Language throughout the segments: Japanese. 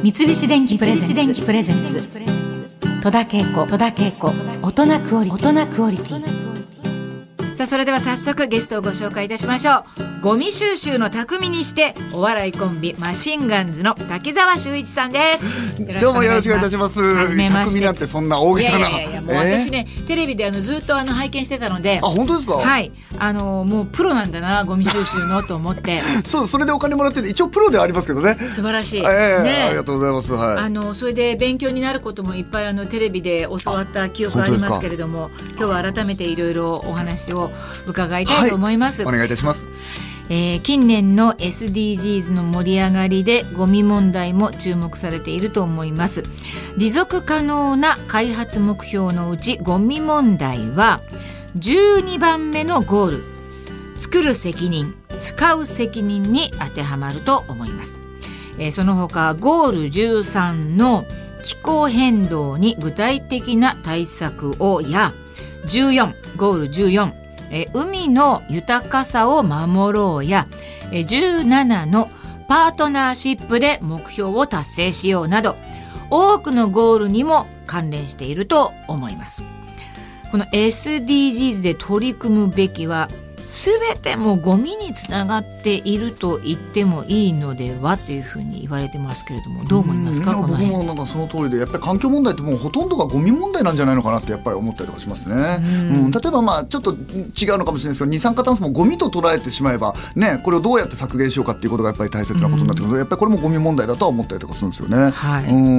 三菱電機プレゼンツ戸田恵子大人クオリティ。 さあそれでは早速ゲストをご紹介いたしましょう。ゴミ収集の匠にしてお笑いコンビマシンガンズの滝沢秀一さんです。 どうもよろしくお願いいたします。 はじめまして。 匠なんてそんな大げさな。 いやもう私ね、テレビでずっと拝見してたので。 あ、本当ですか。 はい、もうプロなんだなゴミ収集のと思ってそれでお金もらってて一応プロではありますけどね。 素晴らしい、 ね、ありがとうございます。はい、 それで勉強になることもいっぱいテレビで教わった記憶ありますけれども、今日は改めていろいろお話を伺いたいと思います。 はい、お願いいたします。 近年の SDGs の盛り上がりでゴミ問題も注目されていると思います。持続可能な開発目標のうちゴミ問題は12番目のゴール、作る責任使う責任に当てはまると思います。その他ゴール13の気候変動に具体的な対策をやゴール14海の豊かさを守ろうや17のパートナーシップで目標を達成しようなど多くのゴールにも関連していると思います。この SDGs で取り組むべきは全てもゴミにつながっていると言ってもいいのではというふうに言われてますけれども、どう思いますか。 僕もなんかその通りで、やっぱり環境問題ってもうほとんどがゴミ問題なんじゃないのかなってやっぱり思ったりとかしますね。例えばちょっと違うのかもしれないですけど、二酸化炭素もゴミと捉えてしまえばね、これをどうやって削減しようかっていうことがやっぱり大切なことになってくるので、やっぱりこれもゴミ問題だとは思ったりとかするんですよね。 はい、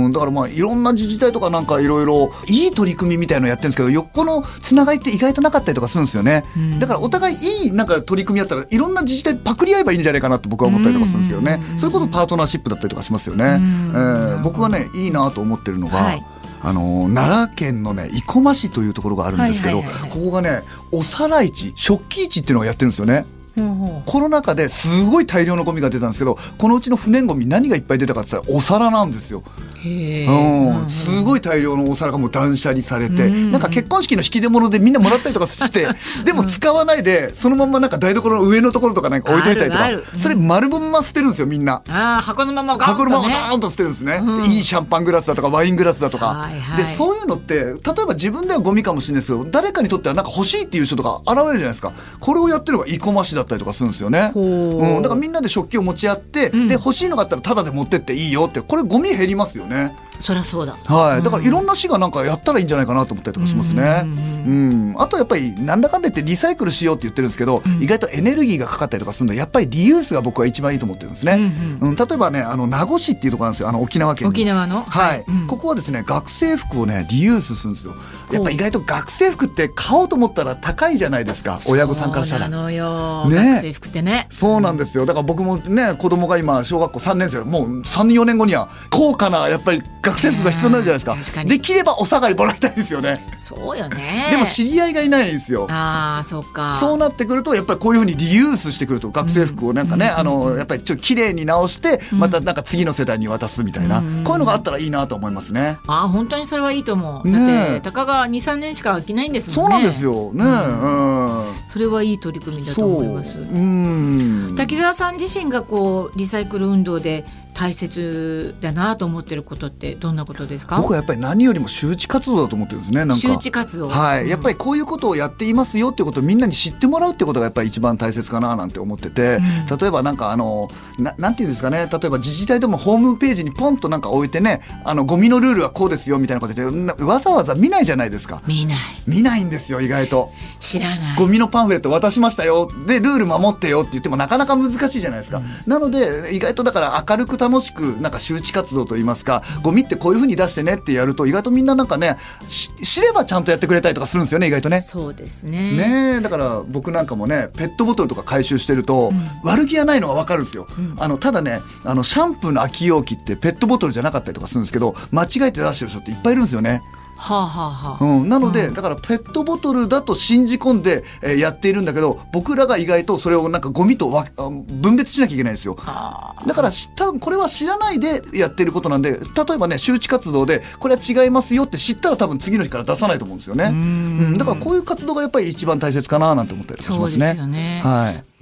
だからいろんな自治体とかなんかいろいろいい取り組みみたいなのやってるんですけど、横のつながりって意外となかったりとかするんですよね。だからお互いいいなんか取り組みやったらいろんな自治体パクり合えばいいんじゃないかなと僕は思ったりとかするんですよね。それこそパートナーシップだったりとかしますよね。僕がねいいなと思ってるのが、はい、奈良県のね生駒市というところがあるんですけど、ここがねお皿市食器市っていうのをやってるんですよね。コロナ禍ですごい大量のゴミが出たんですけど、このうちの不燃ゴミ何がいっぱい出たかって言ったらお皿なんですよ。すごい大量のお皿がもう断捨離されて、なんか結婚式の引き出物でみんなもらったりとかしてでも使わないでそのままなんか台所の上のところとかなんか置いといたりとか、それ丸まんま捨てるんですよみんな。 箱のままドーンと捨てるんですね。いいシャンパングラスだとかワイングラスだとか、でそういうのって例えば自分ではゴミかもしれないですけど、誰かにとってはなんか欲しいっていう人とか現れるじゃないですか。これをやってるのが生駒市だったりとかするんですよね。だからみんなで食器を持ち合って、で欲しいのがあったらタダで持ってっていいよって、これゴミ減りますよね。 そりゃそうだ。 はい、だからいろんな市がなんかやったらいいんじゃないかなと思ったりとかしますね。あとやっぱりなんだかんだ言ってリサイクルしようって言ってるんですけど、意外とエネルギーがかかったりとかするので、やっぱりリユースが僕は一番いいと思ってるんですね。例えばね名護市っていうところなんですよ。沖縄県に。 沖縄の、 はいここはですね学生服をねリユースするんですよ。やっぱ意外と学生服って買おうと思ったら高いじゃないですか、親御さんからしたら。 そうなのよ、学生服ってね。 そうなんですよ。だから僕もね子供が今小学校3年生、もう 3,4 年後には高価なやっぱり学生服が必要になるじゃないですか。できればお下がりもらいたいですよね。 そうよね。 でも知り合いがいないんですよ。 そうか。 そうなってくるとやっぱりこういうふうにリユースしてくると、学生服をなんかね、やっぱりちょっと綺麗に直してまたなんか次の世代に渡すみたいな、こういうのがあったらいいなと思いますね。 本当にそれはいいと思う。だってたかが 2,3 年しか着ないんですもんね。 そうなんですよね。 それはいい取り組みだと思います。滝沢さん自身がこうリサイクル運動で大切だなと思ってることってどんなことですか？ 僕はやっぱり何よりも周知活動だと思ってるんですね。なんか周知活動、 やっぱりこういうことをやっていますよっていうことをみんなに知ってもらうってことがやっぱり一番大切かななんて思ってて、例えばなんかなんていうんですかね、例えば自治体でもホームページにポンとなんか置いてね、ゴミのルールはこうですよみたいなことでわざわざ見ないじゃないですか。見ないんですよ。意外と知らない。 ゴミのパンフレット渡しましたよでルール守ってよって言ってもなかなか難しいじゃないですか。なので意外とだから明るく楽しくなんか周知活動といいますか、ゴミってこういう風に出してねってやると意外とみんななんかね知ればちゃんとやってくれたりとかするんですよね。意外とね。 そうですね。 だから僕なんかもねペットボトルとか回収してると、悪気がないのは分かるんですよ。ただねシャンプーの空き容器ってペットボトルじゃなかったりとかするんですけど、間違えて出してる人っていっぱいいるんですよね。なのでだからペットボトルだと信じ込んで、やっているんだけど、僕らが意外とそれをなんかゴミと分別しなきゃいけないんですよ。だから多分これは知らないでやっていることなんで、例えばね周知活動でこれは違いますよって知ったら多分次の日から出さないと思うんですよね。だからこういう活動がやっぱり一番大切かななんて思ったりしますね。 そうですよね。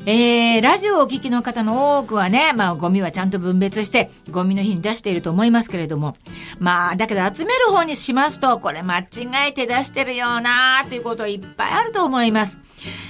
ラジオをお聞きの方の多くはね、ゴミはちゃんと分別してゴミの日に出していると思いますけれども、だけど集める方にしますと、これ間違えて出してるよなーっていうこといっぱいあると思います。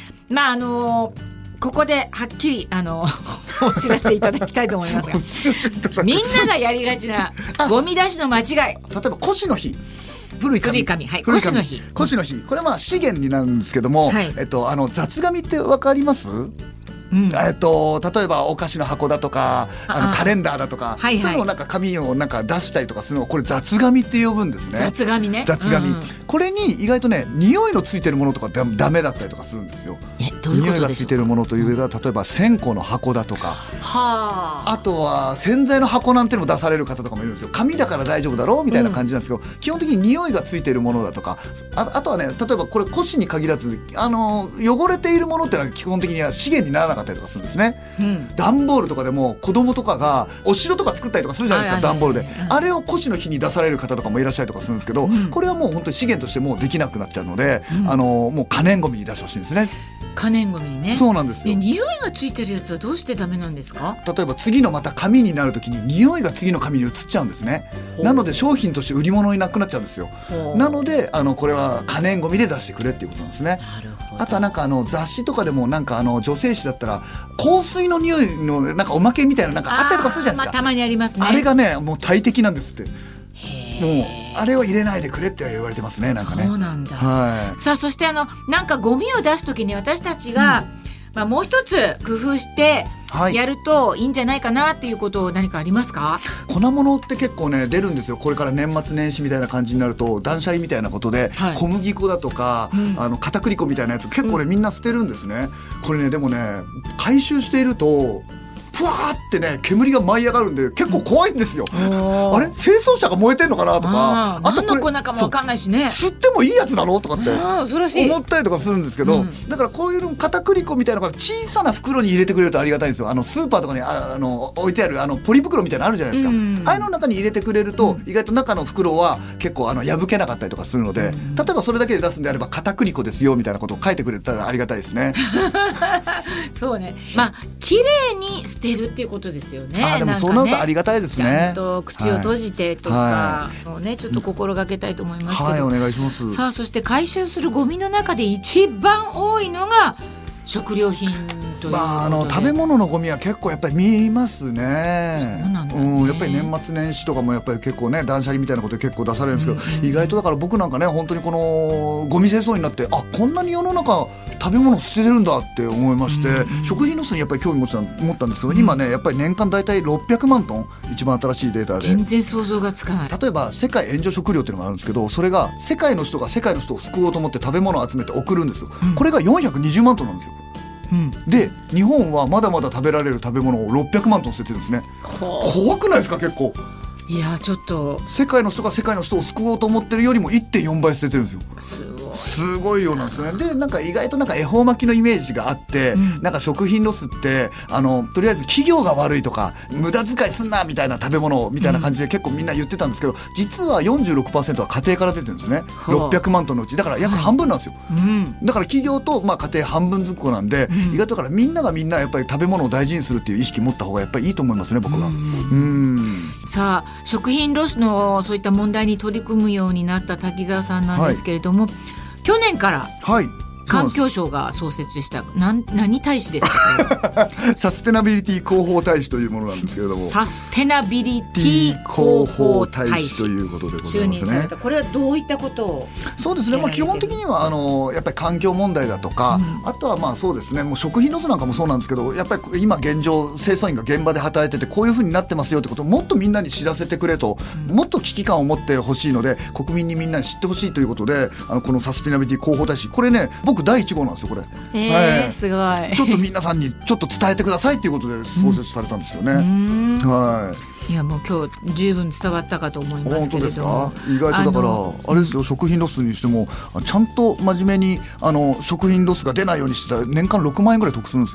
ここではっきりお知らせいただきたいと思いますがみんながやりがちなゴミ出しの間違い、 例えば腰の日、古い紙、 はい、腰の日、 これは資源になるんですけども、はい、雑紙ってわかります？例えばお菓子の箱だとかカレンダーだとか、そういうのをなんか紙をなんか出したりとかするのをこれ雑紙って呼ぶんですね。 雑紙ね。 雑紙、これに意外とね匂いのついてるものとかダメだったりとかするんですよ。 どういうことでしょう？ 匂いがついてるものというのは例えば線香の箱だとか、あとは洗剤の箱なんてのも出される方とかもいるんですよ。紙だから大丈夫だろうみたいな感じなんですけど、基本的に匂いがついてるものだとか、あとはね、例えばこれ腰に限らず汚れているものってのは基本的には資源にならなかったりとかするんですね。段ボールとかでも子供とかがお城とか作ったりとかするじゃないですか、段ボールで。あれを腰の日に出される方とかもいらっしゃるとかするんですけど、これはもう本当に資源としてもうできなくなっちゃうので、もう可燃ゴミに出してほしいんですね。 可燃ゴミにね。 そうなんですよ。 匂いがついてるやつはどうしてダメなんですか？ 例えば次のまた紙になるときに匂いが次の紙に移っちゃうんですね。なので商品として売り物になくなっちゃうんですよ。なのでこれは可燃ゴミで出してくれっていうことなんですね。 なるほど。 あとはなんか雑誌とかでもなんか女性誌だったら香水の匂いのなんかおまけみたいななんかあったりとかするじゃないですか。 たまにありますね。 あれがねもう大敵なんですって。もうあれを入れないでくれって言われてますね。なんかね。 そうなんだ。 はい。 さあそしてなんかゴミを出すときに私たちが、もう一つ工夫してやるといいんじゃないかなっていうこと何かありますか？ 粉物って結構ね出るんですよ。これから年末年始みたいな感じになると断捨離みたいなことで、小麦粉だとか、片栗粉みたいなやつ結構ね、みんな捨てるんですね。これねでもね回収しているとふわーってね煙が舞い上がるんで結構怖いんですよ。あれ清掃車が燃えてんのかなとか、 何の粉かも分かんないしね。 吸ってもいいやつだろうとかって恐ろしい思ったりとかするんですけど、だからこういうの片栗粉みたいなのが小さな袋に入れてくれるとありがたいんですよ。スーパーとかに置いてあるポリ袋みたいなのあるじゃないですか。ああいうの中に入れてくれると、意外と中の袋は結構破けなかったりとかするので、例えばそれだけで出すんであれば片栗粉ですよみたいなことを書いてくれたらありがたいですね。 そうね。綺麗に捨てるっていうことですよね。 でもそうなるとありがたいですね。 ちゃんと口を閉じてとかをね、ちょっと心がけたいと思いますけど。 はい、お願いします。 さあそして回収するゴミの中で一番多いのが食料品ということで、 食べ物のゴミは結構やっぱり見ますね。 そうなんだね。 やっぱり年末年始とかもやっぱり結構ね断捨離みたいなことで結構出されるんですけど、意外とだから僕なんかね本当にこのゴミ清掃員になってこんなに世の中食べ物捨ててるんだって思いまして、食品ロスにやっぱり興味持ったんですけど、今ねやっぱり年間大体600万トン、一番新しいデータで全然想像がつかない。 例えば世界援助食料っていうのがあるんですけど、それが世界の人が世界の人を救おうと思って食べ物を集めて送るんですよ。これが420万トンなんですよ。で日本はまだまだ食べられる食べ物を600万トン捨ててるんですね。怖くないですか？結構。 いやちょっと世界の人が世界の人を救おうと思ってるよりも 1.4 倍捨ててるんですよ。すごい量なんですね。でなんか意外となんか恵方巻きのイメージがあって、なんか食品ロスってとりあえず企業が悪いとか無駄遣いすんなみたいな食べ物みたいな感じで結構みんな言ってたんですけど、実は 46% は家庭から出てるんですね。600万トンのうちだから約半分なんですよ。だから企業と家庭半分ずつなんで、意外とだからみんながみんなやっぱり食べ物を大事にするっていう意識持った方がやっぱりいいと思いますね、僕は。さあ食品ロスのそういった問題に取り組むようになった滝沢さんなんですけれども、去年から環境省が創設した何大使ですか？ サステナビリティ広報大使というものなんですけれども、 サステナビリティ広報大使ということでござ就いますね。 任された。これはどういったことを？ そうですね、基本的にはやっぱり環境問題だとか、あとはそうですね、もう食品ロスなんかもそうなんですけど、やっぱり今現状清掃員が現場で働いててこういう風になってますよってことをもっとみんなに知らせてくれと、もっと危機感を持ってほしいので国民にみんなに知ってほしいということで、このサステナビリティ広報大使、これね僕第1号なんですよこれ。 すごい。 ちょっと皆さんにちょっと伝えてくださいということで創設されたんですよね。 いやもう今日十分伝わったかと思いますけれども。 本当ですか？意外とだからあれですよ、食品ロスにしてもちゃんと真面目に食品ロスが出ないようにしてたら年間6万円ぐらい得するんですよ。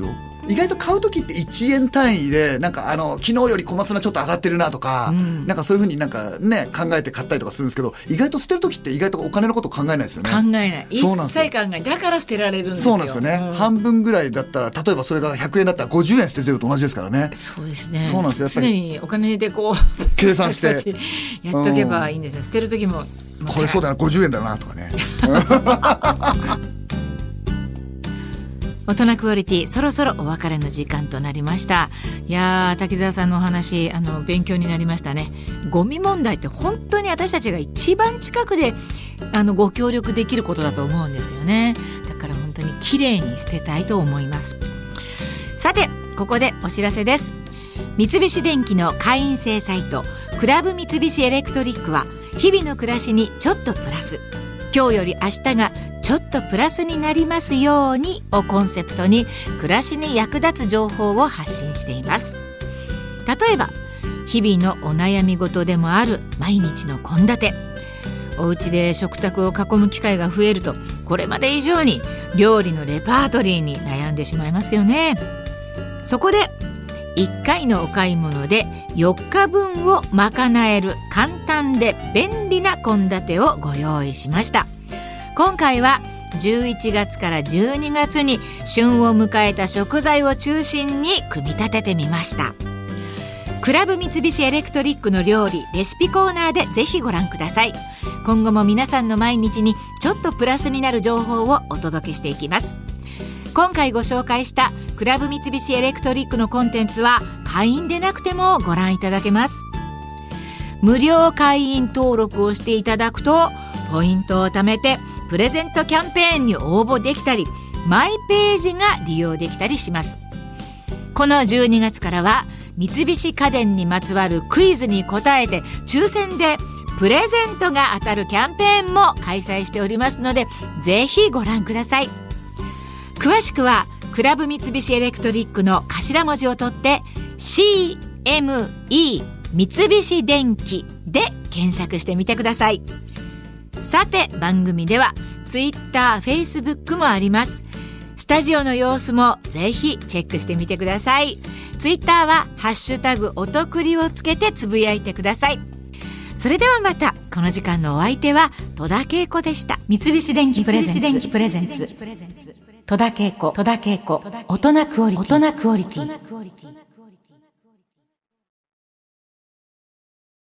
意外と買う時って1円単位でなんか昨日より小松菜ちょっと上がってるなとか、なんかそういう風になんかね考えて買ったりとかするんですけど、意外と捨てる時って意外とお金のこと考えないですよね。 考えない。一切考えない。だから捨てられるんですよ。 そうなんですよね。半分ぐらいだったら、例えばそれが100円だったら50円捨ててると同じですからね。 そうですね。 そうなんですよ。やっぱ常りにお金でこう計算してやっとけばいいんですね。捨てる時もこれそうだな、50円だなとかね。 大人クオリティ、そろそろお別れの時間となりました。いやー、滝沢さんのお話勉強になりましたね。ゴミ問題って本当に私たちが一番近くでご協力できることだと思うんですよね。だから本当にきれいに捨てたいと思います。さて、ここでお知らせです。三菱電機の会員制サイトクラブ三菱エレクトリックは、日々の暮らしにちょっとプラス、今日より明日がちょっとプラスになりますようにをコンセプトに、暮らしに役立つ情報を発信しています。例えば日々のお悩み事でもある毎日の献立、お家で食卓を囲む機会が増えると、これまで以上に料理のレパートリーに悩んでしまいますよね。そこで1回のお買い物で4日分を賄える簡単で便利な献立をご用意しました。今回は11月から12月に旬を迎えた食材を中心に組み立ててみました。クラブ三菱エレクトリックの料理レシピコーナーでぜひご覧ください。今後も皆さんの毎日にちょっとプラスになる情報をお届けしていきます。今回ご紹介したクラブ三菱エレクトリックのコンテンツは会員でなくてもご覧いただけます。無料会員登録をしていただくと、ポイントを貯めてプレゼントキャンペーンに応募できたり、マイページが利用できたりします。この12月からは三菱家電にまつわるクイズに答えて抽選でプレゼントが当たるキャンペーンも開催しておりますので、ぜひご覧ください。詳しくはクラブ三菱エレクトリックの頭文字を取って CME 三菱電機で検索してみてください。さて、番組では Twitter、Facebook もあります。スタジオの様子もぜひチェックしてみてください。Twitter はハッシュタグおとくりをつけてつぶやいてください。それではまた。この時間のお相手は戸田恵子でした。 三菱電機プレゼンツ戸田恵子大人クオリティ。